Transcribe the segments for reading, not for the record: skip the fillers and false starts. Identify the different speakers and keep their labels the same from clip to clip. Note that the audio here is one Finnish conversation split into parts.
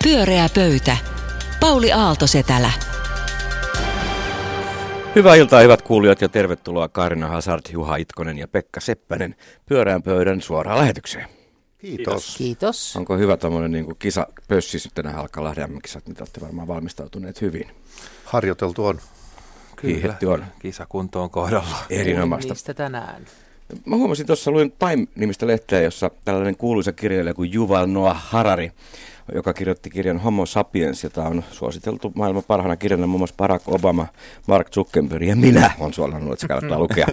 Speaker 1: Pyöreä pöytä. Pauli Aalto-Setälä.
Speaker 2: Hyvää iltaa, hyvät kuulijat, ja tervetuloa Kaarina Hazard, Juha Itkonen ja Pekka Seppänen Pyöreän pöydän suoraan lähetykseen.
Speaker 3: Kiitos.
Speaker 4: Kiitos.
Speaker 2: Onko hyvä tämmöinen niin kisapössis nyt tänään alkaa Lahden kisat, mitä olette varmaan valmistautuneet hyvin?
Speaker 3: Harjoiteltu on.
Speaker 2: Hiihetty on.
Speaker 5: Kisakunto on kohdalla.
Speaker 2: Erinomaista.
Speaker 4: Niistä tänään.
Speaker 2: Mä huomasin tuossa, luin Time-nimistä lehteä, jossa tällainen kuuluisa kirjailija kuin Yuval Noah Harari, joka kirjoitti kirjan Homo Sapiens, jota on suositeltu maailman parhaana kirjana muun muassa Barack Obama, Mark Zuckerberg ja minä on suolannut, että se kannattaa lukea.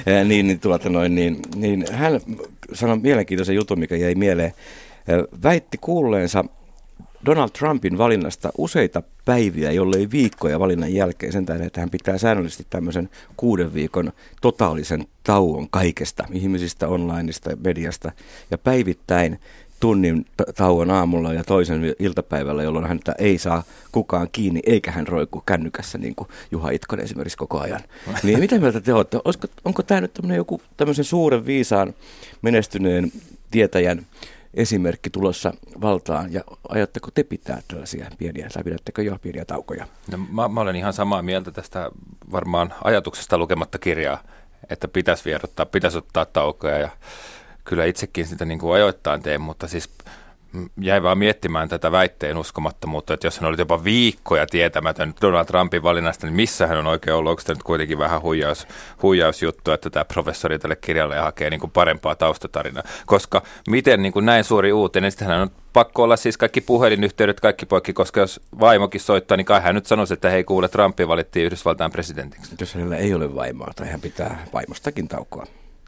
Speaker 2: niin hän sanoi mielenkiintoisen jutun, mikä jäi mieleen. Väitti kuulleensa Donald Trumpin valinnasta useita päiviä, jollei viikkoja valinnan jälkeen, sen tähden, että hän pitää säännöllisesti tämmöisen 6 viikon totaalisen tauon kaikesta, ihmisistä, onlineista, mediasta, ja päivittäin tunnin tauon aamulla ja toisen iltapäivällä, jolloin häntä ei saa kukaan kiinni, eikä hän roiku kännykässä, niin kuin Juha Itkonen esimerkiksi koko ajan. Niin mitä mieltä te olette? Onko tämä nyt joku tämmöisen suuren, viisaan, menestyneen tietäjän esimerkki tulossa valtaan, ja ajatteko te pitää tällaisia pieniä, tai pidättekö jo pieniä taukoja?
Speaker 5: No, mä olen ihan samaa mieltä tästä varmaan ajatuksesta lukematta kirjaa, että pitäisi viedottaa, pitäisi ottaa taukoja, ja kyllä itsekin sitä niin kuin ajoittain teen, mutta siis jäi vaan miettimään tätä väitteen uskomattomuutta, että jos hän oli jopa viikkoja tietämätön Donald Trumpin valinnasta, niin missä hän on oikein ollut? Onko tämä nyt kuitenkin vähän huijausjuttu, että tämä professori tälle kirjalle hakee niin kuin parempaa taustatarinaa? Koska miten niin kuin näin suuri uutinen, niin sitten hän on pakko olla siis kaikki puhelinyhteydet, kaikki poikki, koska jos vaimokin soittaa, niin kai hän nyt sanoisi, että hei kuule, Trumpi valittiin Yhdysvaltain presidentiksi.
Speaker 2: Jos hänellä ei ole vaimoa, tai hän pitää vaimostakin taukoa.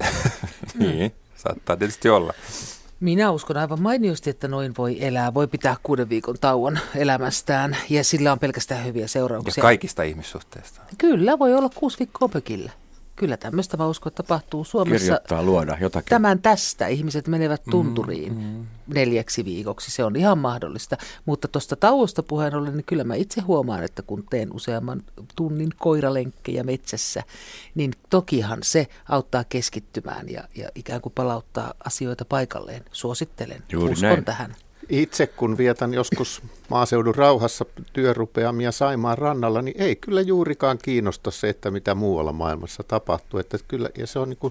Speaker 5: Niin, saattaa tietysti olla.
Speaker 4: Minä uskon aivan mainiosti, että noin voi elää. Voi pitää 6 viikon tauon elämästään ja sillä on pelkästään hyviä seurauksia.
Speaker 5: Ja kaikista ihmissuhteista.
Speaker 4: Kyllä, voi olla 6 viikkoa pökillä. Kyllä tämmöistä mä uskon, että tapahtuu Suomessa.
Speaker 2: Kirjoittaa, luoda jotakin.
Speaker 4: Tämän tästä ihmiset menevät tunturiin 4 viikoksi. Se on ihan mahdollista. Mutta tuosta tauosta puheen ollen, niin kyllä mä itse huomaan, että kun teen useamman tunnin koiralenkkejä metsässä, niin tokihan se auttaa keskittymään ja ikään kuin palauttaa asioita paikalleen. Suosittelen.
Speaker 2: Juuri
Speaker 4: uskon
Speaker 2: näin.
Speaker 4: tähän.
Speaker 3: Itse kun vietän joskus maaseudun rauhassa työrupeamia Saimaan rannalla, niin ei kyllä juurikaan kiinnosta se, että mitä muualla maailmassa tapahtuu. Että kyllä, ja se on niin kuin,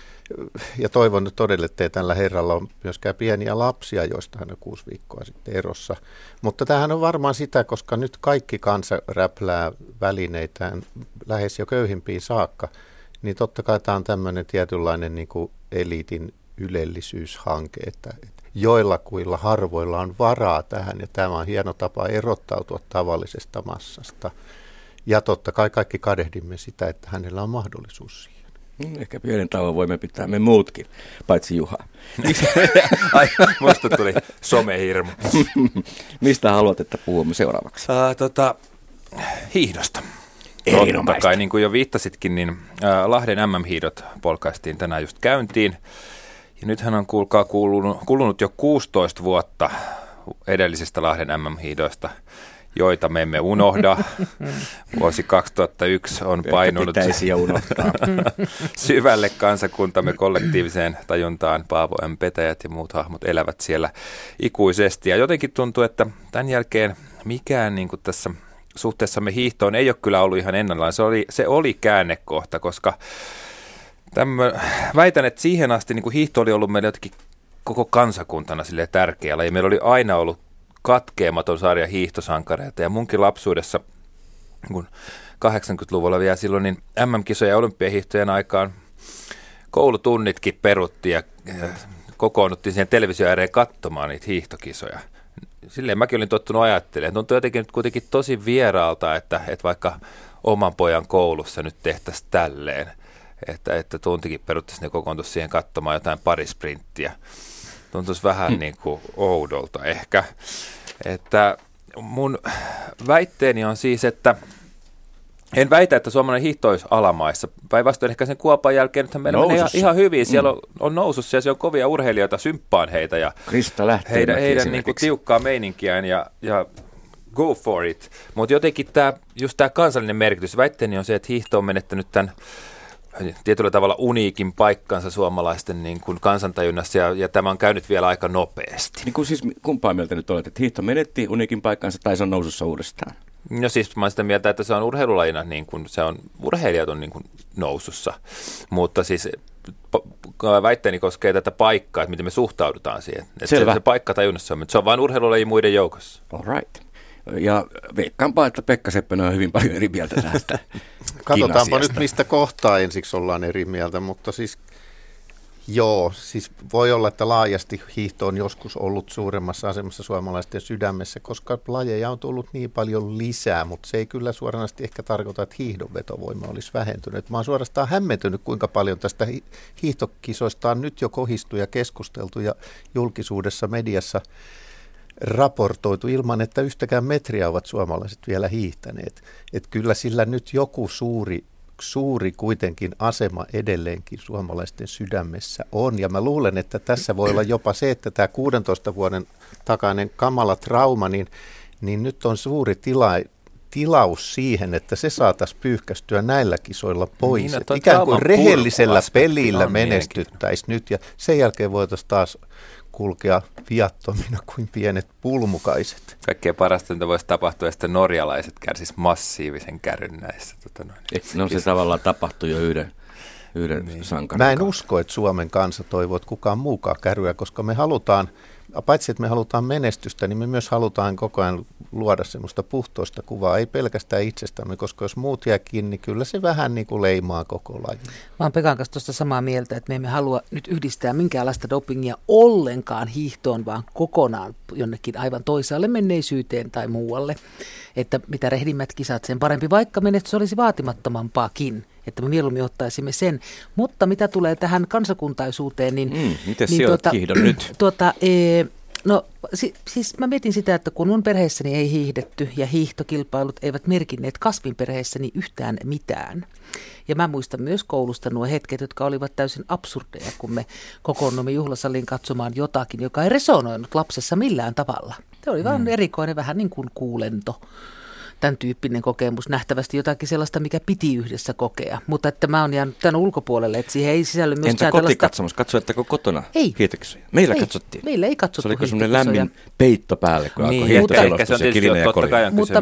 Speaker 3: ja toivon nyt todella, että tällä herralla on myöskään pieniä lapsia, joista hän on 6 viikkoa sitten erossa. Mutta tämähän on varmaan sitä, koska nyt kaikki kansa räplää välineitään lähes jo köyhimpiin saakka, niin totta kai tämä on tämmöinen tietynlainen niin kuin eliitin ylellisyyshanke, että joillakuilla harvoilla on varaa tähän, ja tämä on hieno tapa erottautua tavallisesta massasta. Ja totta kai kaikki kadehdimme sitä, että hänellä on mahdollisuus siihen.
Speaker 2: Ehkä pienen tauon voimme pitää me muutkin, paitsi Juha.
Speaker 5: Ai, musta tuli somehirmu.
Speaker 2: Mistä haluat, että puhumme seuraavaksi?
Speaker 5: Hiihdosta.
Speaker 2: Erinomaista.
Speaker 5: Totta kai, niin kuin jo viittasitkin, niin Lahden MM-hiidot polkaistiin tänään just käyntiin. Ja nythän on kulunut jo 16 vuotta edellisestä Lahden MM-hiidoista, joita me emme unohda. Vuosi 2001 on painunut syvälle kansakuntamme kollektiiviseen tajuntaan. Paavo M. Petäjät ja muut hahmot elävät siellä ikuisesti. Ja jotenkin tuntuu, että tämän jälkeen mikään niin kuin tässä suhteessamme hiihtoon ei ole kyllä ollut ihan ennallaan. Se oli käännekohta, koska väitän, että siihen asti niin kuin hiihto oli ollut meille jotenkin koko kansakuntana tärkeällä. Ja meillä oli aina ollut katkeamaton sarja hiihtosankareita. Ja munkin lapsuudessa, kun 80-luvulla vielä silloin, niin MM-kisojen ja olympiahiihtojen aikaan koulutunnitkin peruttiin ja kokoonnuttiin siihen televisio ääreen katsomaan niitä hiihtokisoja. Silleen mäkin olin tottunut ajattelemaan. Tuntuu jotenkin nyt kuitenkin tosi vieraalta, että vaikka oman pojan koulussa nyt tehtäisiin tälleen. Että tuntikin peruttaisiin ne kokoontuisi siihen katsomaan jotain parisprinttiä. Tuntuisi vähän niin kuin oudolta ehkä. Että mun väitteeni on siis, että en väitä, että suomalainen hiihto olisi alamaissa. Päinvastoin ehkä sen Kuopan jälkeen, että meillä menee ihan hyvin. Siellä on nousussa ja siellä on kovia urheilijoita, symppaan heitä ja heidän niin kuin tiukkaa meininkiään ja go for it. Mutta jotenkin just tämä kansallinen merkitys. Väitteeni on se, että hiihto on menettänyt tämän tietyllä tavalla uniikin paikkansa suomalaisten niin kuin kansantajunnassa, ja tämä on käynyt vielä aika nopeasti.
Speaker 2: Niin kuin siis kumpaa mieltä nyt olet, että hiihto menetti uniikin paikkansa tai se on nousussa uudestaan?
Speaker 5: No siis mä olen sitä mieltä, että se on urheilulajina, niin kuin, urheilijat on niin kuin nousussa, mutta siis väitteeni koskee tätä paikkaa, että miten me suhtaudutaan siihen. Että se paikka tajunnassa on, mutta se on vain urheilulaji muiden joukossa.
Speaker 2: All right. Ja veikkaanpa, että Pekka Seppänen on hyvin paljon eri mieltä tästä.
Speaker 3: Katsotaanpa nyt, mistä kohtaa ensiksi ollaan eri mieltä, mutta siis joo, siis voi olla, että laajasti hiihto on joskus ollut suuremmassa asemassa suomalaisten sydämessä, koska lajeja on tullut niin paljon lisää, mutta se ei kyllä suoranaisesti ehkä tarkoita, että hiihdon vetovoima olisi vähentynyt. Mä oon suorastaan hämmentynyt, kuinka paljon tästä hiihtokisoista on nyt jo kohistu ja keskusteltu ja julkisuudessa, mediassa raportoitu ilman, että yhtäkään metriä ovat suomalaiset vielä hiihtäneet. Että kyllä sillä nyt joku suuri kuitenkin asema edelleenkin suomalaisten sydämessä on. Ja mä luulen, että tässä voi olla jopa se, että tämä 16 vuoden takainen kamala trauma, niin nyt on suuri tilaus siihen, että se saataisiin pyyhkästyä näillä kisoilla pois. Niin, ikään kuin rehellisellä pelillä menestyttäisiin nyt ja sen jälkeen voitaisiin taas kulkea viattomina kuin pienet pulmukaiset.
Speaker 5: Kaikkein parasta, mitä voisi tapahtua, että norjalaiset kärsisivät massiivisen kärryn näissä.
Speaker 2: No se tavallaan tapahtui jo yhden sankarin.
Speaker 3: Mä en usko, että Suomen kansa toivoo, että kukaan muukaan käryä, koska me halutaan, paitsi että me halutaan menestystä, niin me myös halutaan koko ajan luoda semmoista puhtoista kuvaa, ei pelkästään itsestämme, koska jos muut jää kiinni, niin kyllä se vähän niin kuin leimaa koko lajin.
Speaker 4: Mä oon Pekan kanssa tuosta samaa mieltä, että me emme halua nyt yhdistää minkäänlaista dopingia ollenkaan hiihtoon, vaan kokonaan jonnekin aivan toisaalle menneisyyteen tai muualle. Että mitä rehdimmät kisat, sen parempi, vaikka menestys olisi vaatimattomampaakin. Että me mieluummin ottaisimme sen. Mutta mitä tulee tähän kansakuntaisuuteen, niin
Speaker 2: miten sijoit hiihdon nyt?
Speaker 4: Siis mä mietin sitä, että kun mun perheessäni ei hiihdetty ja hiihtokilpailut eivät merkinneet kasvin perheessäni yhtään mitään. Ja mä muistan myös koulusta nuo hetket, jotka olivat täysin absurdeja, kun me kokoonnumme juhlasaliin katsomaan jotakin, joka ei resonoinut lapsessa millään tavalla. Se oli vaan erikoinen, vähän niin kuin kuulento. Tämän tyyppinen kokemus, nähtävästi jotakin sellaista, mikä piti yhdessä kokea. Mutta että mä oon jäänyt tämän ulkopuolelle, että siihen ei sisälly myös
Speaker 2: tällaista. Entä kotikatsomus? Katsoitteko kotona hiihtokisoja? Meillä katsottiin.
Speaker 4: Meillä ei katsottu
Speaker 2: hiihtokisoja. Se oliko semmoinen lämmin peitto päälle, kun alkoi hiihtoselostus ja kilinä ja kolina.
Speaker 4: Mutta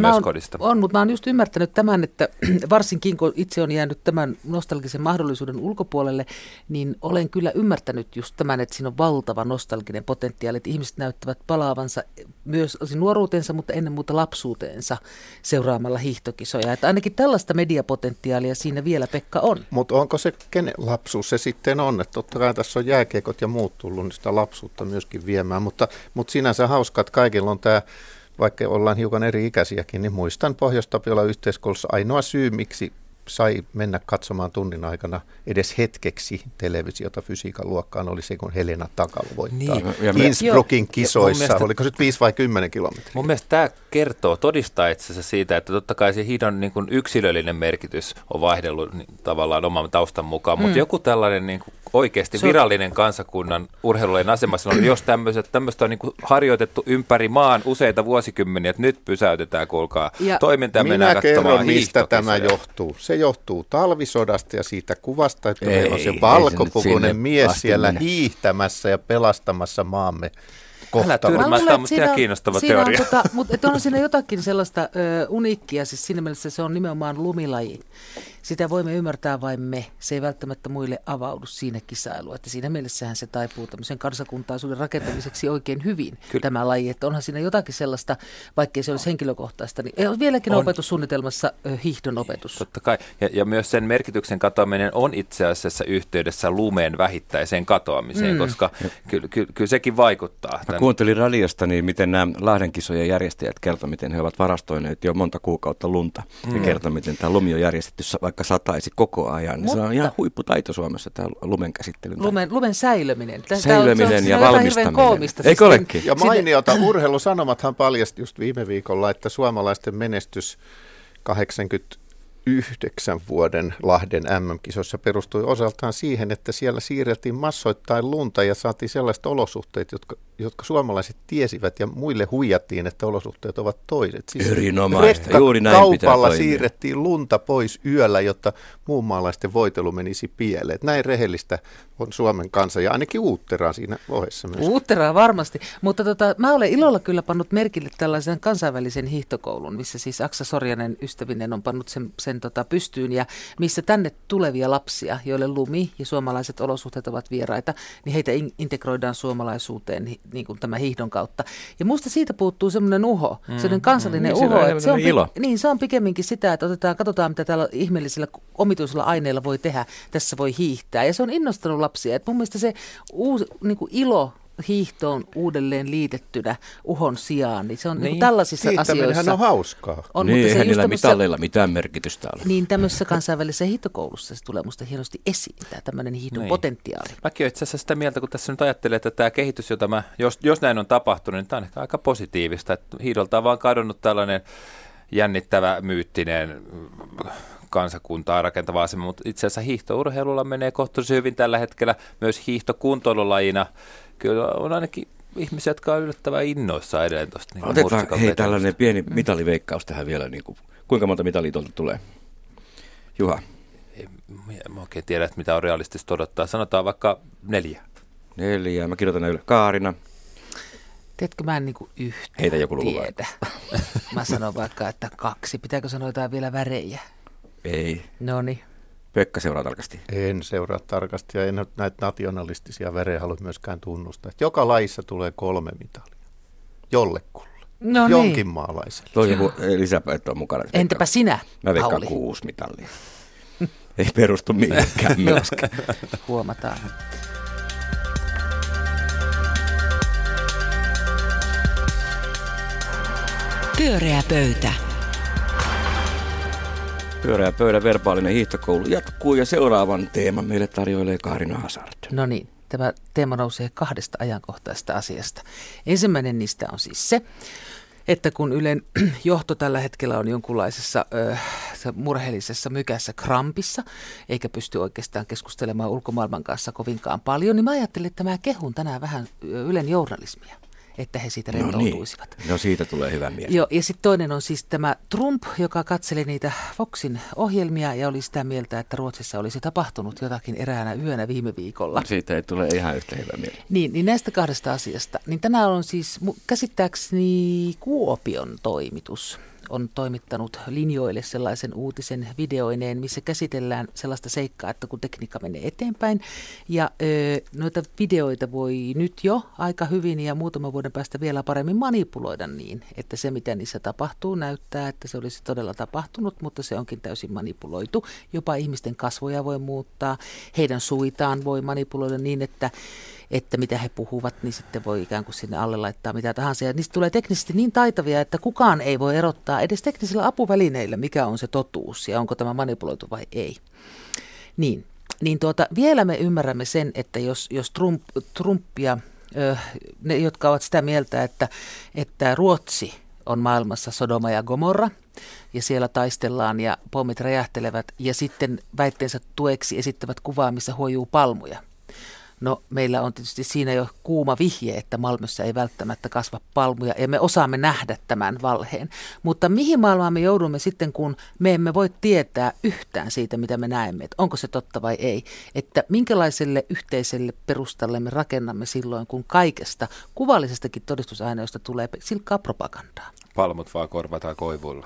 Speaker 4: mä oon just ymmärtänyt tämän, että varsinkin kun itse on jäänyt tämän nostalgisen mahdollisuuden ulkopuolelle, niin olen kyllä ymmärtänyt just tämän, että siinä on valtava nostalginen potentiaali, että ihmiset näyttävät palaavansa myös nuoruutensa, mutta ennen muuta lapsuuteensa seuraamalla hiihtokisoja. Että ainakin tällaista mediapotentiaalia siinä vielä, Pekka, on.
Speaker 3: Mutta onko se kenen lapsuus se sitten on? Että totta kai tässä on jääkiekot ja muut tullut, niin sitä lapsuutta myöskin viemään. Mutta sinänsä hauskaa, että kaikilla on tämä, vaikka ollaan hiukan eri ikäisiäkin, niin muistan Pohjois-Tapiolan yhteiskoulussa ainoa syy, miksi sai mennä katsomaan tunnin aikana edes hetkeksi televisiota fysiikan luokkaan, oli se, kun Helena Takalo voittaa Innsbruckin kisoissa. Oliko se 5 vai 10 kilometriä?
Speaker 5: Mun mielestä tämä todistaa itse asiassa siitä, että totta kai se hiidon niin kuin yksilöllinen merkitys on vaihdellut niin, tavallaan oman taustan mukaan, mutta joku tällainen niin kuin oikeasti virallinen kansakunnan urheilulajien asemassa on, jos tämmöistä on niin kuin harjoitettu ympäri maan useita vuosikymmeniä, että nyt pysäytetään, kuulkaa, toimintaa mennään katsomaan
Speaker 3: kerron, mistä tämä johtuu. Se johtuu talvisodasta ja siitä kuvasta, että meillä on se valkopukuinen mies siellä hiihtämässä ja pelastamassa maamme kohtalon.
Speaker 5: Älä tyrmää, mutta tämä on kiinnostava teoria.
Speaker 4: Mutta on siinä jotakin sellaista uniikkia, siis siinä mielessä se on nimenomaan lumilaji. Sitä voimme ymmärtää vain me. Se ei välttämättä muille avaudu siinä kisailua. Että siinä mielessähän se taipuu tämmöisen kansakuntaisuuden rakentamiseksi oikein hyvin, tämä laji. Että onhan siinä jotakin sellaista, vaikkei se olisi henkilökohtaista, niin on vieläkin opetussuunnitelmassa hiihdon opetus.
Speaker 5: Totta kai. Ja myös sen merkityksen katoaminen on itse asiassa yhteydessä lumeen vähittäiseen katoamiseen, koska kyllä sekin vaikuttaa.
Speaker 2: Mä kuuntelin radiosta, niin miten nämä Lahden kisojen järjestäjät kertovat, miten he ovat varastoineet jo monta kuukautta lunta. Ja kertovat, miten tämä lumi on järjestetty vaikka sataisi koko ajan, niin se on ihan huipputaito Suomessa tämä lumen käsittely.
Speaker 4: Lumen säilöminen.
Speaker 2: Säilöminen ja valmistaminen. Eikö olekin?
Speaker 3: Ja mainiota urheilusanomathan paljasti just viime viikolla, että suomalaisten menestys 80 9 vuoden Lahden MM-kisossa perustui osaltaan siihen, että siellä siirrettiin massoittain lunta ja saatiin sellaiset olosuhteet, jotka suomalaiset tiesivät ja muille huijattiin, että olosuhteet ovat toiset. Siis
Speaker 2: erinomaista, juuri näin pitää
Speaker 3: kaupalla
Speaker 2: toimia.
Speaker 3: siirrettiin lunta pois yöllä, jotta muun maalaisten voitelu menisi pieleen. Näin rehellistä on Suomen kansa ja ainakin Uutteraa siinä ohessa myös.
Speaker 4: Uutteraa varmasti, mutta mä olen ilolla kyllä pannut merkille tällaisen kansainvälisen hiihtokoulun, missä siis Aksa Sorjanen ystävinen on pannut sen pystyyn ja missä tänne tulevia lapsia, joille lumi ja suomalaiset olosuhteet ovat vieraita, niin heitä integroidaan suomalaisuuteen niin kuin tämän hiihdon kautta. Ja musta siitä puuttuu semmoinen uho, semmoinen kansallinen uho, että se on pikemminkin sitä, että katsotaan mitä täällä ihmeellisillä omituisilla aineilla voi tehdä, tässä voi hiihtää. Ja se on innostanut lapsia. Et mun mielestä se uusi niin kuin ilo hiihtoon uudelleen liitettynä uhon sijaan, niin se on niin tällaisissa asioissa.
Speaker 3: On hauskaa.
Speaker 2: Niin, eihän niillä mitalleilla mitään merkitystä ole.
Speaker 4: Niin tämmöisessä kansainvälisessä hiihtokoulussa se tulee musta hienosti esiin, tämä tämmöinen hiihdon potentiaali.
Speaker 5: Mäkin olen itse asiassa sitä mieltä, kun tässä nyt ajattelee, että tämä kehitys, jota jos näin on tapahtunut, niin tämä on ehkä aika positiivista, että hiihdolta on vaan kadonnut tällainen jännittävä, myyttinen kansakuntaa rakentava asema, mutta itse asiassa hiihtourheilulla menee kohtuullisen hyvin tällä hetkellä myös hiihtokuntoilulajina. Kyllä on ainakin ihmisiä, jotka on yllättävän innoissaan edelleen tuosta. Niin
Speaker 2: otetaan tällainen pieni mitaliveikkaus tähän vielä. Niin kuinka monta mitalia tuolta tulee? Juha?
Speaker 5: En oikein tiedä, että mitä on realistista odottaa. Sanotaan vaikka 4.
Speaker 2: 4. Mä kirjoitan yle. Kaarina?
Speaker 4: Tiedätkö, mä en niin kuin yhtään
Speaker 2: heitä joku
Speaker 4: tiedä. Mä sanon vaikka, että 2. Pitääkö sanoa jotain vielä värejä?
Speaker 2: Ei.
Speaker 4: Noniin.
Speaker 2: Pekka seuraa tarkasti.
Speaker 3: En seuraa tarkasti ja en näitä nationalistisia värejä halua myöskään tunnustaa. Että joka lajissa tulee 3 mitalia. Jollekulle.
Speaker 4: No
Speaker 3: jonkin
Speaker 4: niin.
Speaker 3: maalaiselle.
Speaker 2: Tuo joku lisäpäivä on mukana.
Speaker 4: Entäpä sinä,
Speaker 2: Mä veikkaan
Speaker 4: Pauli?
Speaker 2: 6 mitalia. Ei perustu mihinkään myöskään.
Speaker 4: Huomataan.
Speaker 1: Pyöreä pöytä.
Speaker 2: Pyöreä pöydän verbaalinen hiihtokoulu jatkuu ja seuraavan teeman meille tarjoilee Kaarina Hazard.
Speaker 4: No niin, tämä teema nousee 2 ajankohtaisesta asiasta. Ensimmäinen niistä on siis se, että kun Ylen johto tällä hetkellä on jonkunlaisessa murheellisessa mykässä krampissa, eikä pysty oikeastaan keskustelemaan ulkomaailman kanssa kovinkaan paljon, niin mä ajattelin, että mä kehun tänään vähän Ylen journalismia, että he siitä rentoutuisivat.
Speaker 2: No siitä tulee hyvä mieli.
Speaker 4: Joo, ja sitten toinen on siis tämä Trump, joka katseli niitä Foxin ohjelmia ja oli sitä mieltä, että Ruotsissa olisi tapahtunut jotakin eräänä yönä viime viikolla.
Speaker 2: Siitä ei tule ihan yhtä hyvä mieli.
Speaker 4: Niin näistä 2 asiasta. Niin tänään on siis käsittääkseni Kuopion toimitus on toimittanut linjoille sellaisen uutisen videoineen, missä käsitellään sellaista seikkaa, että kun tekniikka menee eteenpäin ja noita videoita voi nyt jo aika hyvin ja muutaman vuoden päästä vielä paremmin manipuloida niin, että se mitä niissä tapahtuu näyttää, että se olisi todella tapahtunut, mutta se onkin täysin manipuloitu. Jopa ihmisten kasvoja voi muuttaa, heidän suitaan voi manipuloida niin, että mitä he puhuvat, niin sitten voi ikään kuin sinne alle laittaa mitä tahansa. Ja niistä tulee teknisesti niin taitavia, että kukaan ei voi erottaa edes teknisillä apuvälineillä, mikä on se totuus ja onko tämä manipuloitu vai ei. Niin vielä me ymmärrämme sen, että jos Trumpia, ne jotka ovat sitä mieltä, että Ruotsi on maailmassa Sodoma ja Gomorra, ja siellä taistellaan ja pommit räjähtelevät, ja sitten väitteensä tueksi esittävät kuvaa, missä huojuu palmuja. No meillä on tietysti siinä jo kuuma vihje, että Malmössä ei välttämättä kasva palmuja ja me osaamme nähdä tämän valheen. Mutta mihin maailmaan me joudumme sitten, kun me emme voi tietää yhtään siitä, mitä me näemme, että onko se totta vai ei. Että minkälaiselle yhteiselle perustalle me rakennamme silloin, kun kaikesta kuvallisestakin todistusaineistosta tulee silkkaa propagandaa.
Speaker 5: Palmut vaan korvataan koivuilla.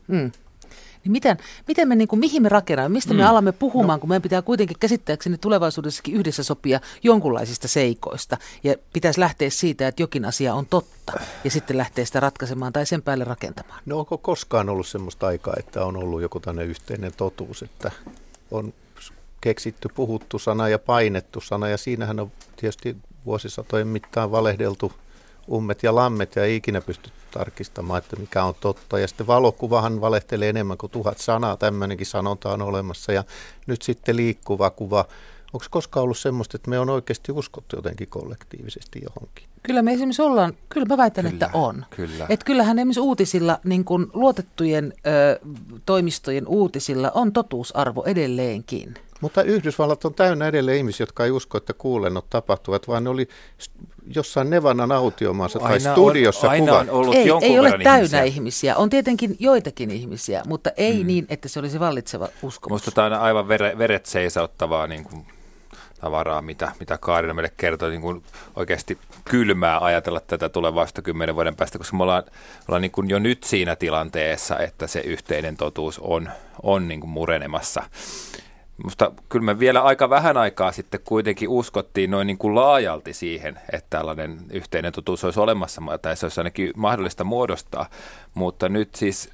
Speaker 4: Niin miten me, mihin me rakennamme, mistä me alamme puhumaan, kun meidän pitää kuitenkin käsittääkseni tulevaisuudessakin yhdessä sopia jonkunlaisista seikoista. Ja pitäisi lähteä siitä, että jokin asia on totta ja sitten lähteä sitä ratkaisemaan tai sen päälle rakentamaan.
Speaker 3: No onko koskaan ollut semmoista aikaa, että on ollut joku tämmöinen yhteinen totuus, että on keksitty, puhuttu sana ja painettu sana ja siinähän on tietysti vuosisatojen mittaan valehdeltu ummet ja lammet ja ei ikinä pysty tarkistamaan, että mikä on totta. Ja sitten valokuvahan valehtelee enemmän kuin 1000 sanaa, tämmöinenkin sanonta on olemassa. Ja nyt sitten liikkuva kuva Onko koskaan ollut semmoista, että me on oikeasti uskottu jotenkin kollektiivisesti johonkin?
Speaker 4: Kyllä me esimerkiksi kyllä mä väitän, että on.
Speaker 5: Kyllä.
Speaker 4: Että kyllähän esimerkiksi uutisilla, niin kuin luotettujen toimistojen uutisilla on totuusarvo edelleenkin.
Speaker 3: Mutta Yhdysvallat on täynnä edelleen ihmisiä, jotka ei usko, että kuulennot tapahtuvat, vaan ne oli jossain Nevadan autiomaassa tai studiossa kuvat.
Speaker 4: Ei ole täynnä ihmisiä. On tietenkin joitakin ihmisiä, mutta ei niin, että se olisi vallitseva uskomus.
Speaker 5: Minusta tämä on aivan veret seisauttavaa niin kuin tavaraa, mitä Kaarina meille kertoi, niin kuin oikeasti kylmää ajatella tätä tulevasta 10 vuoden päästä, koska me ollaan niin kuin jo nyt siinä tilanteessa, että se yhteinen totuus on niin kuin murenemassa. Musta kyllä me vielä aika vähän aikaa sitten kuitenkin uskottiin noin niin kuin laajalti siihen, että tällainen yhteinen totuus olisi olemassa tai se olisi ainakin mahdollista muodostaa, mutta nyt siis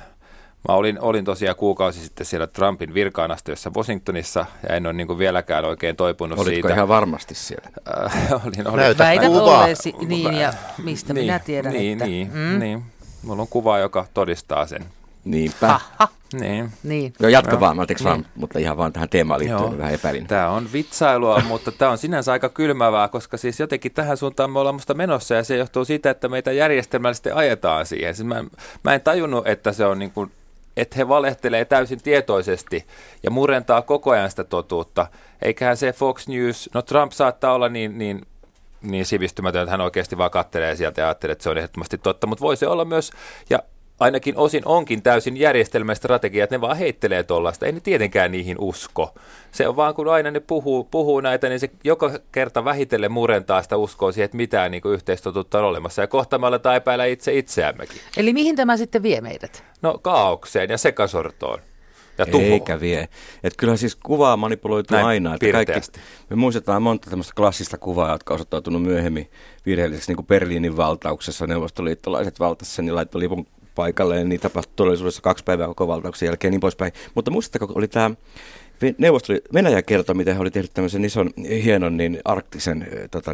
Speaker 5: mä olin tosiaan kuukausi sitten siellä Trumpin virka-anastossa Washingtonissa ja en ole niin kuin vieläkään oikein toipunut siitä.
Speaker 2: Olitko ihan varmasti siellä?
Speaker 5: Olin.
Speaker 4: Väität olleesi niin ja mistä minä tiedän, että...
Speaker 5: Niin. Mulla on kuva, joka todistaa sen.
Speaker 2: Niinpä.
Speaker 5: Niin.
Speaker 2: Joo, jatka vaan, mutta ihan vaan tähän teemaan liittyen vähän epäilin.
Speaker 5: Tämä on vitsailua, mutta tämä on sinänsä aika kylmävää, koska siis jotenkin tähän suuntaan me ollaan musta menossa ja se johtuu siitä, että meitä järjestelmällisesti ajetaan siihen. Siis mä en tajunnut, että se on niin kuin, että he valehtelee täysin tietoisesti ja murentaa koko ajan sitä totuutta. Eiköhän se Fox News, no Trump saattaa olla niin sivistymätön, että hän oikeasti vaan katselee sieltä ja ajattelee, että se on ehdottomasti totta, mutta voi se olla myös, ja ainakin osin onkin täysin järjestelmän strategia, että ne vaan heittelee tuollaista. Ei ne tietenkään niihin usko. Se on vaan, kun aina ne puhuu näitä, niin se joka kerta vähitellen murentaa sitä uskoa siihen, että mitään niin kuin yhteistotuutta on olemassa. Ja kohta me aletaan epäillä itseämmekin.
Speaker 4: Eli mihin tämä sitten vie meidät?
Speaker 5: No kaaukseen ja sekasortoon. Ja tuhoon.
Speaker 2: Eikä vie. Että kyllähän siis kuvaa manipuloituu
Speaker 5: näin
Speaker 2: aina. Että me muistetaan monta tämmöistä klassista kuvaa, jotka on osoittautunut myöhemmin virheelliseksi, niin kuin Berliinin valtauksessa. Neuvostoliittolaiset valtassa, niin laittoi lipun paikalleen, niin tapahtui todellisuudessa 2 päivää koko valtauksen jälkeen niin poispäin. Mutta muistatteko, oli tämä Venäjä kertoi, miten he oli tehnyt tämmöisen ison, hienon arktisen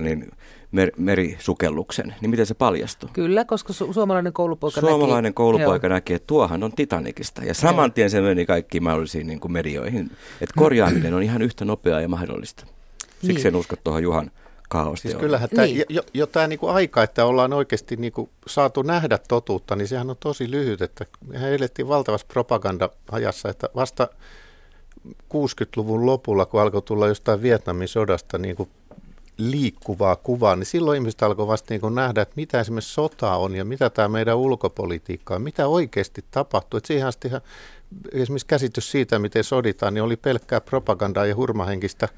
Speaker 2: merisukelluksen, niin miten se paljastui?
Speaker 4: Kyllä, koska suomalainen
Speaker 2: koulupoika näki, että tuohan on Titanicista. Ja saman tien se meni kaikkiin mahdollisiin niin kuin merioihin. Että korjaaminen on ihan yhtä nopeaa ja mahdollista. Siksi en usko tuohon Juhan kaaosta.
Speaker 3: Siis kyllähän tämä niinku aika, että ollaan oikeasti niinku saatu nähdä totuutta, niin sehän on tosi lyhyt. Että mehän elettiin valtavassa propaganda-ajassa, että vasta 60-luvun lopulla, kun alkoi tulla jostain Vietnamin sodasta niin kuin liikkuvaa kuvaa, niin silloin ihmiset alkoi vasta niin kuin nähdä, että mitä esimerkiksi sota on ja mitä tämä meidän ulkopolitiikka on, mitä oikeasti tapahtuu. Että siihen asti esimerkiksi käsitys siitä, miten soditaan, niin oli pelkkää propagandaa ja hurmahenkistä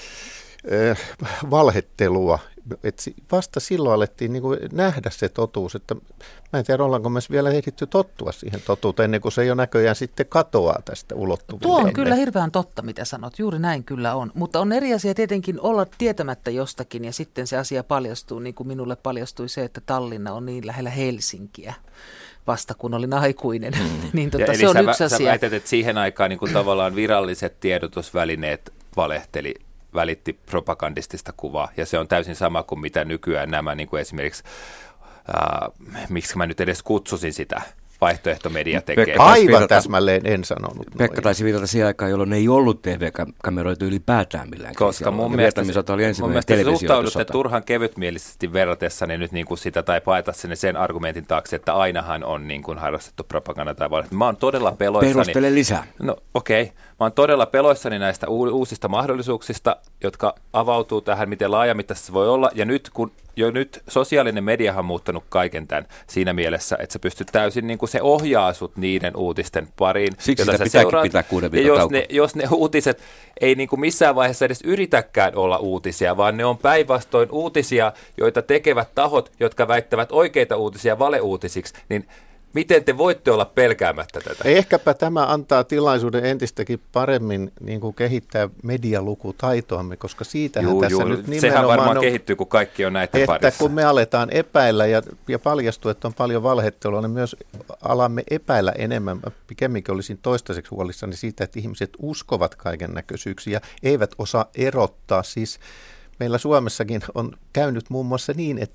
Speaker 3: valhettelua. Et vasta silloin alettiin niin kuin nähdä se totuus, että mä en tiedä, ollaanko me vielä ehditty tottua siihen totuuteen, ennen kuin se jo näköjään sitten katoaa tästä ulottuvuuteen.
Speaker 4: Tuo on kyllä hirveän totta, mitä sanot. Juuri näin kyllä on. Mutta on eri asia tietenkin olla tietämättä jostakin ja sitten se asia paljastuu, niin kuin minulle paljastui se, että Tallinna on niin lähellä Helsinkiä vasta kun olin aikuinen. Niin
Speaker 5: eli
Speaker 4: se on yksi asia.
Speaker 5: Sä väität, että siihen aikaan niin kuin tavallaan viralliset tiedotusvälineet välitti propagandistista kuvaa, ja se on täysin sama kuin mitä nykyään nämä, niin kuin esimerkiksi, miksi mä nyt edes kutsusin sitä, vaihtoehtomedia tekee.
Speaker 3: Aivan täsmälleen en sanonut.
Speaker 2: Pekka taisi viitata siihen aikaan, jolloin ei ollut TV-kameroita ylipäätään millään.
Speaker 5: Koska mun mielestä suhtaudutte turhan kevytmielisesti verratessani nyt niin kuin sitä tai paeta sen argumentin taakse, että ainahan on niin kuin harrastettu propaganda tai valehtelua. Mä oon todella peloissani.
Speaker 2: Perustele lisää.
Speaker 5: No okei. Mä oon todella peloissani näistä uusista mahdollisuuksista, jotka avautuu tähän, miten laajamittaisesti se voi olla. Ja nyt sosiaalinen mediahan on muuttanut kaiken tämän siinä mielessä, että sä pystyt täysin, niin kuin se ohjaa sut niiden uutisten pariin.
Speaker 2: Siksi sitä pitääkin pitää 6 viikon taukoa.
Speaker 5: Jos ne uutiset ei niin kuin missään vaiheessa edes yritäkään olla uutisia, vaan ne on päinvastoin uutisia, joita tekevät tahot, jotka väittävät oikeita uutisia valeuutisiksi, niin miten te voitte olla pelkäämättä tätä?
Speaker 3: Ehkäpä tämä antaa tilaisuuden entistäkin paremmin niin kuin kehittää medialukutaitoamme, koska siitähän tässä nyt nimenomaan
Speaker 5: sehän varmaan kehittyy, kun kaikki on näiden parissa.
Speaker 3: Että kun me aletaan epäillä ja paljastuu, että on paljon valhettelua, niin myös alamme epäillä enemmän. Pikemminkin olisin toistaiseksi huolissani siitä, että ihmiset uskovat kaiken näköisyyksiä ja eivät osaa erottaa. Siis meillä Suomessakin on käynyt muun muassa niin, että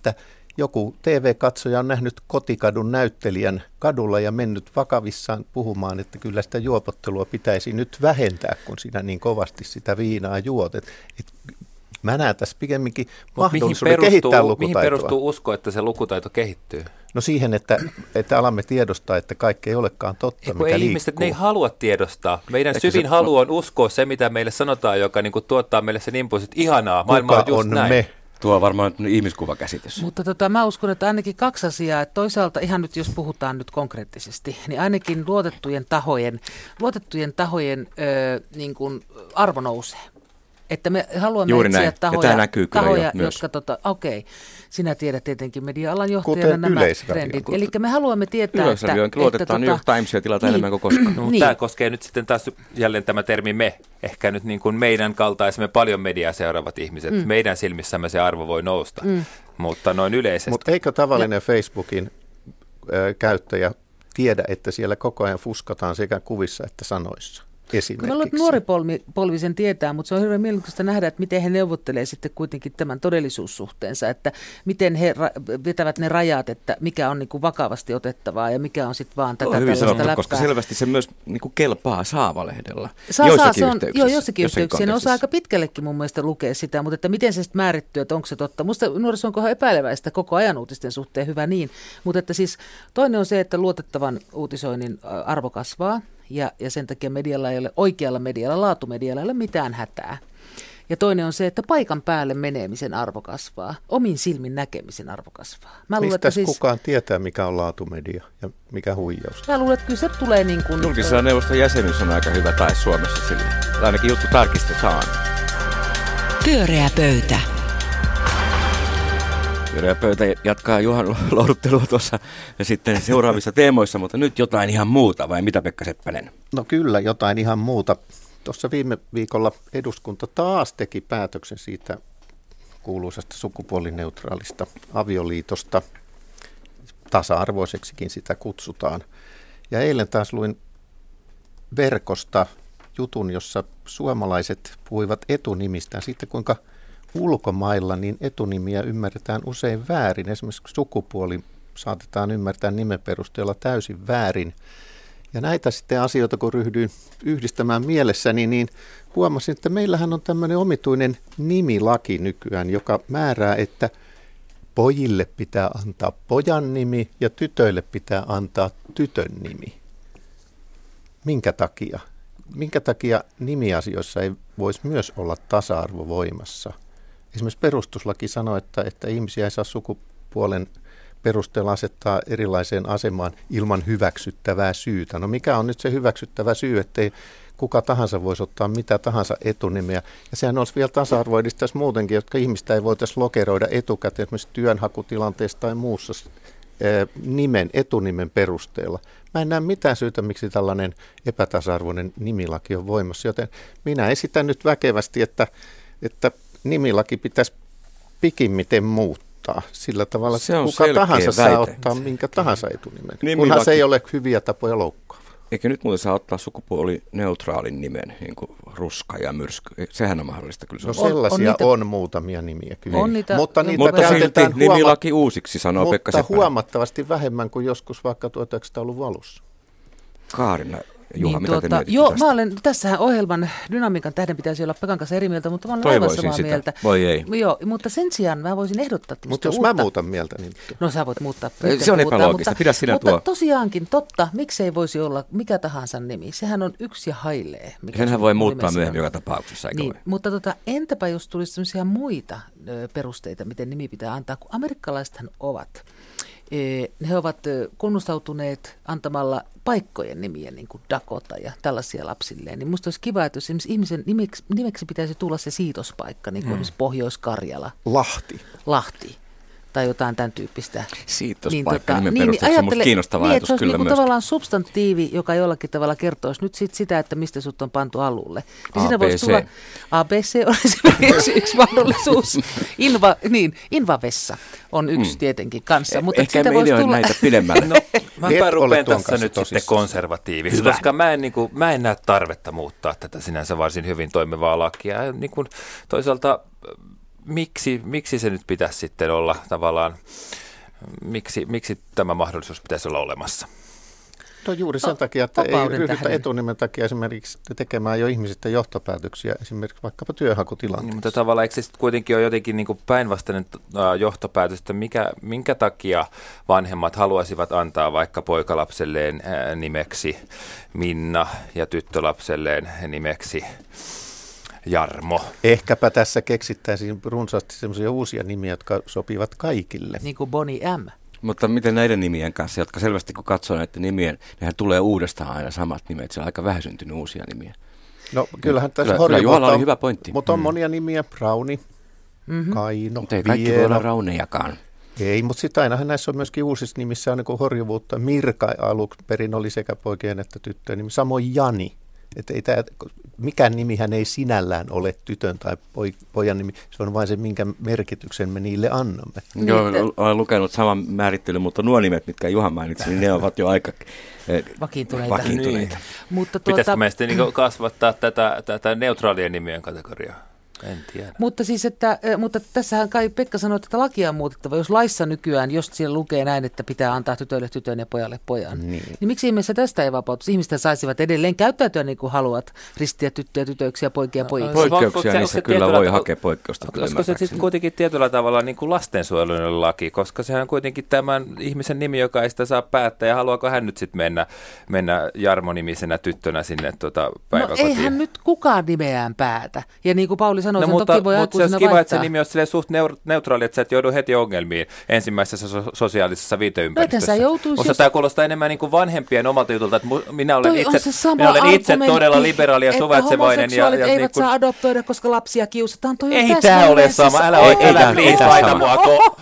Speaker 3: joku TV-katsoja on nähnyt Kotikadun näyttelijän kadulla ja mennyt vakavissaan puhumaan, että kyllä sitä juopottelua pitäisi nyt vähentää, kun siinä niin kovasti sitä viinaa juot. Mä näen tässä pikemminkin mahdollisuuden kehittää lukutaitoa.
Speaker 5: Mihin perustuu usko, että se lukutaito kehittyy?
Speaker 3: No siihen, että alamme tiedostaa, että kaikki ei olekaan totta, mikä liikkuu.
Speaker 5: Ihmiset ne ei halua tiedostaa. Meidän syvin halu on uskoa se, mitä meille sanotaan, joka niin kuin tuottaa meille sen impulsin, että ihanaa, maailma on just näin. Me?
Speaker 2: Tuo on varmaan ihmiskuvakäsitys.
Speaker 4: Mutta mä uskon, että ainakin kaksi asiaa. Että toisaalta ihan nyt, jos puhutaan nyt konkreettisesti, niin ainakin luotettujen tahojen niin kuin arvo nousee. Että me haluamme etsiä tahoja jotka sinä tiedät tietenkin media-alan johtajana nämä trendit. Eli me haluamme tietää,
Speaker 2: Yleisradioon luotetaan New York Timesia tilataan enemmän kuin koskaan.
Speaker 5: No, tämä koskee nyt sitten taas jälleen tämä termi me. Ehkä nyt niin kuin meidän kaltaisemme paljon mediaa seuraavat ihmiset. Meidän silmissämme se arvo voi nousta, mutta noin yleisesti.
Speaker 3: Mutta eikö tavallinen Facebookin käyttäjä tiedä, että siellä koko ajan fuskataan sekä kuvissa että sanoissa?
Speaker 4: Mä luulen, että nuori polvi sen tietää, mutta se on hirveän mielenkiintoista nähdä, että miten he neuvottelee sitten kuitenkin tämän todellisuussuhteensa, että miten he vetävät ne rajat, että mikä on niin kuin vakavasti otettavaa ja mikä on sitten vaan tätä tällaista läppää.
Speaker 2: Koska selvästi se myös niin kuin kelpaa Saavalehdellä.
Speaker 4: Joissakin yhteyksissä. Ne osaa aika pitkällekin mun mielestä lukea sitä, mutta että miten se sitten määrittyy, että onko se totta. Musta nuoriso on kohan epäileväistä koko ajan uutisten suhteen, hyvä niin, mutta että siis toinen on se, että luotettavan uutisoinnin arvo kasvaa. Ja sen takia medialla ei ole, oikealla medialla, laatumedialla ei ole mitään hätää. Ja toinen on se, että paikan päälle menemisen arvo kasvaa, omin silmin näkemisen arvo kasvaa.
Speaker 3: Mistä kukaan tietää, mikä on laatumedia ja mikä huijaus?
Speaker 4: Mä luulen, että kyllä se tulee niin kuin...
Speaker 2: Julkisella neuvoston jäsenyys on aika hyvä tae Suomessa sille. Ainakin juttu tarkistetaan.
Speaker 1: Pyöreä pöytä.
Speaker 2: Pyöreä pöytä jatkaa Juhan lohduttelua tuossa ja sitten seuraavissa teemoissa, mutta nyt jotain ihan muuta, vai mitä Pekka Seppänen?
Speaker 3: No kyllä, jotain ihan muuta. Tuossa viime viikolla eduskunta taas teki päätöksen siitä kuuluisasta sukupuolineutraalista avioliitosta. Tasa-arvoiseksikin sitä kutsutaan. Ja eilen taas luin verkosta jutun, jossa suomalaiset puhuivat etunimistään siitä, kuinka ulkomailla niin etunimiä ymmärretään usein väärin. Esimerkiksi sukupuoli saatetaan ymmärtää nimen perusteella täysin väärin. Ja näitä sitten asioita, kun ryhdyin yhdistämään mielessäni, niin huomasin, että meillähän on tämmöinen omituinen nimilaki nykyään, joka määrää, että pojille pitää antaa pojan nimi ja tytöille pitää antaa tytön nimi. Minkä takia? Minkä takia nimiasioissa ei voisi myös olla tasa-arvo voimassa? Esimerkiksi perustuslaki sanoo, että ihmisiä ei saa sukupuolen perusteella asettaa erilaiseen asemaan ilman hyväksyttävää syytä. No mikä on nyt se hyväksyttävä syy, ettei kuka tahansa voisi ottaa mitä tahansa etunimeä. Ja sehän olisi vielä tasa-arvoa edistäisi muutenkin, jotka ihmistä ei voitaisi lokeroida etukäteen esimerkiksi työnhakutilanteessa tai muussa etunimen perusteella. Mä en näe mitään syytä, miksi tällainen epätasa-arvoinen nimilaki on voimassa, joten minä esitän nyt väkevästi, että nimilaki pitäisi pikimmiten muuttaa. Sillä tavalla, että kuka tahansa saa ottaa minkä tahansa etunimen, kunhan se ei ole hyviä tapoja loukkaava.
Speaker 2: Eikö nyt muuten saa ottaa sukupuolineutraalin nimen, niin kuin Ruska ja Myrsky? Sehän on mahdollista kyllä.
Speaker 3: No sellaisia on muutamia nimiä kyllä.
Speaker 2: Mutta silti nimilaki uusiksi, sanoo Pekka Seppänen.
Speaker 3: Mutta huomattavasti vähemmän kuin joskus vaikka 1900-luvun alussa.
Speaker 2: Kaarina. Juha,
Speaker 4: niin
Speaker 2: mitä te mietitte
Speaker 4: tästä? Mä olen, tässähän ohjelman dynamiikan tähden pitäisi olla Pekan kanssa eri mieltä, mutta mä olen aivan samaa mieltä.
Speaker 2: Voi ei.
Speaker 4: Joo, mutta sen sijaan mä voisin ehdottaa
Speaker 3: mutta jos mä muutan mieltä, niin...
Speaker 4: No sä voit muuttaa.
Speaker 2: Se on epäloogista, pidä sinä tuo.
Speaker 4: Mutta tosiaankin totta, miksei voisi olla mikä tahansa nimi. Sehän on yksi ja hailee.
Speaker 2: Senhän voi muuttaa myöhemmin joka tapauksessa, eikö
Speaker 4: niin, mutta entäpä jos tulisi sellaisia muita perusteita, miten nimi pitää antaa, kun amerikkalaisethan ovat... He ovat kunnostautuneet antamalla paikkojen nimiä, niin kuin Dakota ja tällaisia lapsilleen. Niin musta olisi kiva, että jos ihmisen nimeksi pitäisi tulla se siitospaikka, niin kuin esimerkiksi Pohjois-Karjala. Lahti. Tai jotain tämän tyyppistä.
Speaker 2: Siitospaikka nimen perusteella, se on musta kiinnostava ajatus kyllä myös. Se olisi
Speaker 4: tavallaan substantiivi, joka jollakin tavalla kertoisi nyt sitä, että mistä sut on pantu alulle. Niin siinä voisi tulla ABC on esimerkiksi yksi mahdollisuus. Invavessa on yksi tietenkin kanssa. Mutta
Speaker 2: ehkä me ideoin näitä pidemmälle.
Speaker 5: No, mä rupean tässä nyt sitten konservatiivisesti, koska mä en näe tarvetta muuttaa tätä sinänsä varsin hyvin toimivaa lakia. Niin kuin toisaalta... miksi se nyt pitäisi sitten olla tavallaan, miksi tämä mahdollisuus pitäisi olla olemassa?
Speaker 3: No juuri sen takia, että ei ryhdytä etunimen takia esimerkiksi tekemään jo ihmisistä johtopäätöksiä, esimerkiksi vaikkapa työnhakutilanteessa.
Speaker 5: Mutta tavallaan eikö se kuitenkin ole jotenkin niin kuin päinvastainen johtopäätös, että minkä takia vanhemmat haluaisivat antaa vaikka poikalapselleen nimeksi Minna ja tyttölapselleen nimeksi Jarmo?
Speaker 3: Ehkäpä tässä keksittäisiin runsaasti sellaisia uusia nimiä, jotka sopivat kaikille.
Speaker 4: Niin kuin Bonnie M.
Speaker 2: Mutta miten näiden nimien kanssa, jotka selvästi kun katsoo näiden nimien, nehän tulee uudestaan aina samat nimet, se on aika vähän syntynyt uusia nimiä.
Speaker 3: No kyllähän tässä
Speaker 2: kyllä Juhalla oli hyvä pointti.
Speaker 3: Mutta on monia nimiä, Brauni, Kaino,
Speaker 2: mutta ei kaikki voi olla Raunejakaan.
Speaker 3: Ei, mutta sitten ainahan näissä on myöskin uusissa nimissä on niin horjuvuutta. Mirka alun perin oli sekä poikien että tyttöjen nimi, samoin Jani. Että mikään nimihän ei sinällään ole tytön tai pojan nimi, se on vain se, minkä merkityksen me niille annamme.
Speaker 2: Joo, olen lukenut saman määrittelyn, mutta nuo nimet, mitkä Juha mainitsi, niin ne ovat jo aika vakiintuneita.
Speaker 5: Niin. Pitäisikö me sitten niin kasvattaa tätä neutraalien nimien kategoriaa? En tiedä.
Speaker 4: Mutta tässähän kai Pekka sanoi, että lakia on muutettava. Jos laissa nykyään, jos siellä lukee näin, että pitää antaa tytölle tytön ja pojalle pojan, niin miksi ihmeessä tästä ei vapautuisi? Ihmiset saisivat edelleen käyttäytyä niin kuin haluat, ristiä tyttöjä tytöiksi ja poikia poikiksi.
Speaker 2: Poikkeuksia niissä kyllä voi hakea poikkeusta.
Speaker 5: Koska se sitten kuitenkin tietyllä tavalla niin kuin lastensuojelullinen laki, koska sehän on kuitenkin tämän ihmisen nimi, joka ei sitä saa päättää, ja haluaako hän nyt sitten mennä Jarmo-nimisenä tyttönä sinne päiväkotiin?
Speaker 4: No eihän nyt kukaan nimeään päätä. Ja niin kuin Pauli sanoi,
Speaker 5: mutta
Speaker 4: toki voi aikuisena
Speaker 5: se olisi kiva, että se
Speaker 4: vaihtaa.
Speaker 5: nimi olisi suht neutraali, että sä et joudu heti ongelmiin ensimmäisessä sosiaalisessa viiteympäristössä. Mutta tämä kuulostaa enemmän niin kuin vanhempien omalta jutulta, että minä olen itse todella liberaali ja suvaitsevainen.
Speaker 4: Että homoseksuaalit eivät saa adoptoida, koska lapsia kiusataan.
Speaker 5: Ei tämä ole sama. Älä please laita mua.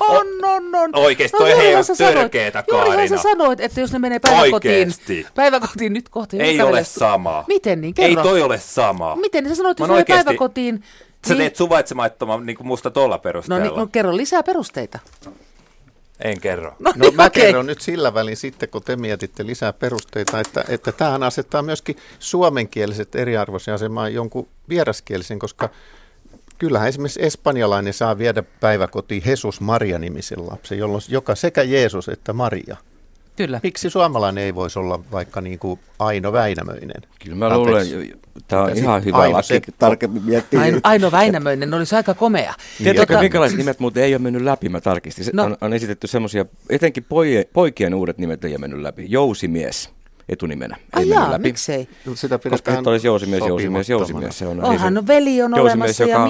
Speaker 5: Oikeasti toi ei ole törkeetä, Kaarina.
Speaker 4: Juurihan sä sanoit, että jos ne menee päiväkotiin nyt kohta.
Speaker 5: Ei ole sama.
Speaker 4: Miten niin? Kerro.
Speaker 5: Ei toi ole sama.
Speaker 4: Miten? Sä sanoit, että jos menee päiväkotiin.
Speaker 5: Sä teet suvaitsemattoman niin kuin musta tuolla perusteella.
Speaker 4: No kerro lisää perusteita.
Speaker 5: En kerro.
Speaker 3: No mä kerron nyt sillä välin sitten, kun te mietitte lisää perusteita, että tämähän asettaa myöskin suomenkieliset eriarvoisen asemaan jonkun vieraskielisen, koska kyllähän esimerkiksi espanjalainen saa viedä päiväkotiin Jesus Maria-nimisen lapsen, jolloin joka sekä Jeesus että Maria.
Speaker 4: Kyllä.
Speaker 3: Miksi suomalainen ei voisi olla vaikka niin kuin Aino Väinämöinen?
Speaker 2: Kyllä mä luulen, tämä on ihan hyvä laki, tarkemmin miettiä.
Speaker 4: Aino Väinämöinen olisi aika komea.
Speaker 2: Tiedätkö, minkälaiset nimet muuten ei ole mennyt läpi, mä tarkistin. On esitetty semmoisia, etenkin poikien uudet nimet ei ole mennyt läpi. Jousimies etunimenä ei mennyt läpi.
Speaker 4: Miksei?
Speaker 2: Koska nyt olisi jousimies. Se
Speaker 4: onhan veli on olemassa ja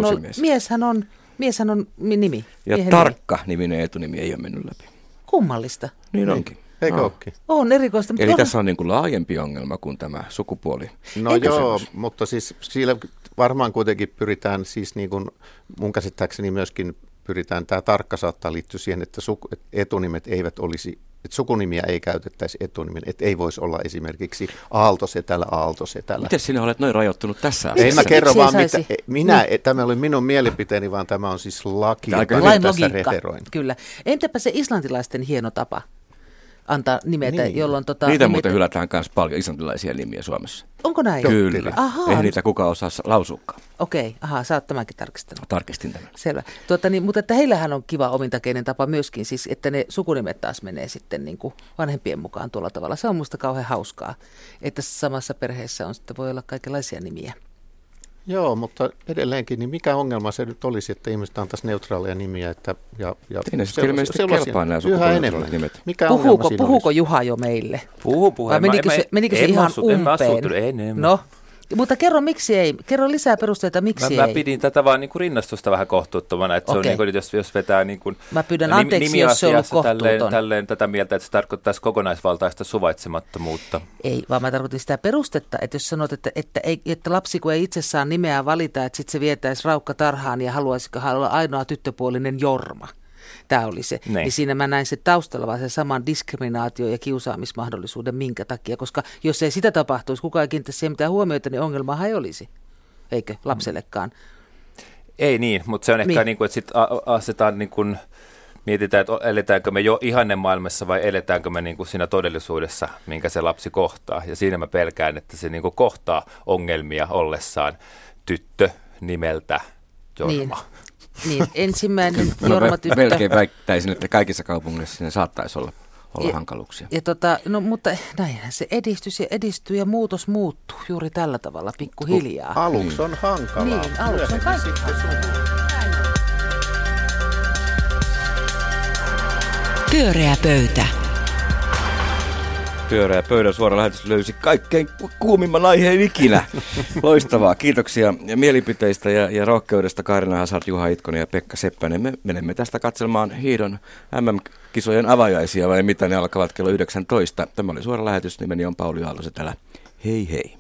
Speaker 4: mieshän on nimi.
Speaker 2: Ja Tarkka-niminen etunimi ei ole mennyt läpi.
Speaker 4: Kummallista.
Speaker 2: Niin onkin.
Speaker 3: Eikö olekin?
Speaker 4: On erikoista.
Speaker 2: Eli tässä on niin kuin laajempi ongelma kuin tämä sukupuoli.
Speaker 3: No joo, mutta siis siellä varmaan kuitenkin pyritään siis niin kuin mun käsittääkseni myöskin pyritään, tämä tarkka saattaa liittyä siihen, että etunimet eivät olisi, että sukunimiä ei käytettäisi etunimen, että ei voisi olla esimerkiksi Aaltosetälä.
Speaker 2: Miten sinä olet noin rajoittunut tässä asiassa?
Speaker 3: Ei mä kerro vaan, tämä oli minun mielipiteeni, vaan tämä on siis laki,
Speaker 4: lain
Speaker 3: tässä
Speaker 4: logiikka,
Speaker 3: referoin.
Speaker 4: Kyllä. Entäpä se islantilaisten hieno tapa antaa nimetä, jolloin
Speaker 2: niitä muuten hylätään myös paljon islantilaisia nimiä Suomessa.
Speaker 4: Onko näin?
Speaker 2: Kyllä. Eihän niitä kukaan osaa lausuakaan.
Speaker 4: Okei, sä oot tämänkin tarkistanut.
Speaker 2: Tarkistin tämän.
Speaker 4: Selvä. Mutta että heillähän on kiva omintakeinen tapa myöskin, siis että ne sukunimet taas menee sitten niin kuin vanhempien mukaan tuolla tavalla. Se on musta kauhean hauskaa, että samassa perheessä on sitten voi olla kaikenlaisia nimiä.
Speaker 3: Joo, mutta edelleenkin, niin mikä ongelma se nyt olisi, että ihmiset antaisi neutraaleja nimiä?
Speaker 2: Siinä sitten ilmeisesti kelpaa nämä sukupuolineutraalit nimet.
Speaker 4: Puhuuko Juha jo meille?
Speaker 5: Puhuu.
Speaker 4: Menikö se ihan umpeen? No, mutta kerro miksi ei. Kerro lisää perusteita, miksi ei.
Speaker 5: Mä pidin tätä vaan niin kuin rinnastusta vähän kohtuuttomana, että se on niin kuin, jos vetää niin kuin
Speaker 4: mä pyydän anteeksi, jos se on ollut kohtuuton.
Speaker 5: Tälleen tätä mieltä, että se tarkoittaisi kokonaisvaltaista suvaitsemattomuutta.
Speaker 4: Ei, vaan mä tarkoitin sitä perustetta, että jos sanot, että lapsi kun ei itse saa nimeä valita, että sitten se vietäisi raukkatarhaan ja haluaisiko olla ainoa tyttöpuolinen Jorma. Tämä oli se. Niin siinä mä näin se taustalla vaan se saman diskriminaatio- ja kiusaamismahdollisuuden minkä takia, koska jos ei sitä tapahtuisi, kukaan ei kiinnittäisi siihen mitään huomioita, niin ongelmahan ei olisi, eikö lapsellekaan?
Speaker 5: Ei niin, mutta se on ehkä niin kuin, että sitten asetaan niin kuin, mietitään, että eletäänkö me jo ihannemaailmassa vai eletäänkö me niin kuin siinä todellisuudessa, minkä se lapsi kohtaa. Ja siinä mä pelkään, että se niin kuin kohtaa ongelmia ollessaan tyttö nimeltä Jorma.
Speaker 4: Niin, ensimmäinen Jorma-tyttö.
Speaker 2: Melkein väittäisin, että kaikissa kaupungeissa siinä saattaisi olla hankaluuksia.
Speaker 4: No, mutta näinhän se edistyy ja muutos muuttuu juuri tällä tavalla pikkuhiljaa.
Speaker 3: Aluksi on hankalaa.
Speaker 4: Niin, aluksi on kaikki
Speaker 1: Pyöreä pöytä.
Speaker 2: Pyöreä pöydän suora lähetys löysi kaikkein kuumimman aiheen ikinä. Loistavaa. Kiitoksia mielipiteistä ja rohkeudesta Kaarina Hazard, Juha Itkonen ja Pekka Seppänen. Me menemme tästä katselemaan hiidon MM-kisojen avajaisia, vai mitä ne alkavat kello 19. Tämä oli suora lähetys. Nimeni on Pauli Aaltosetälä. Hei hei.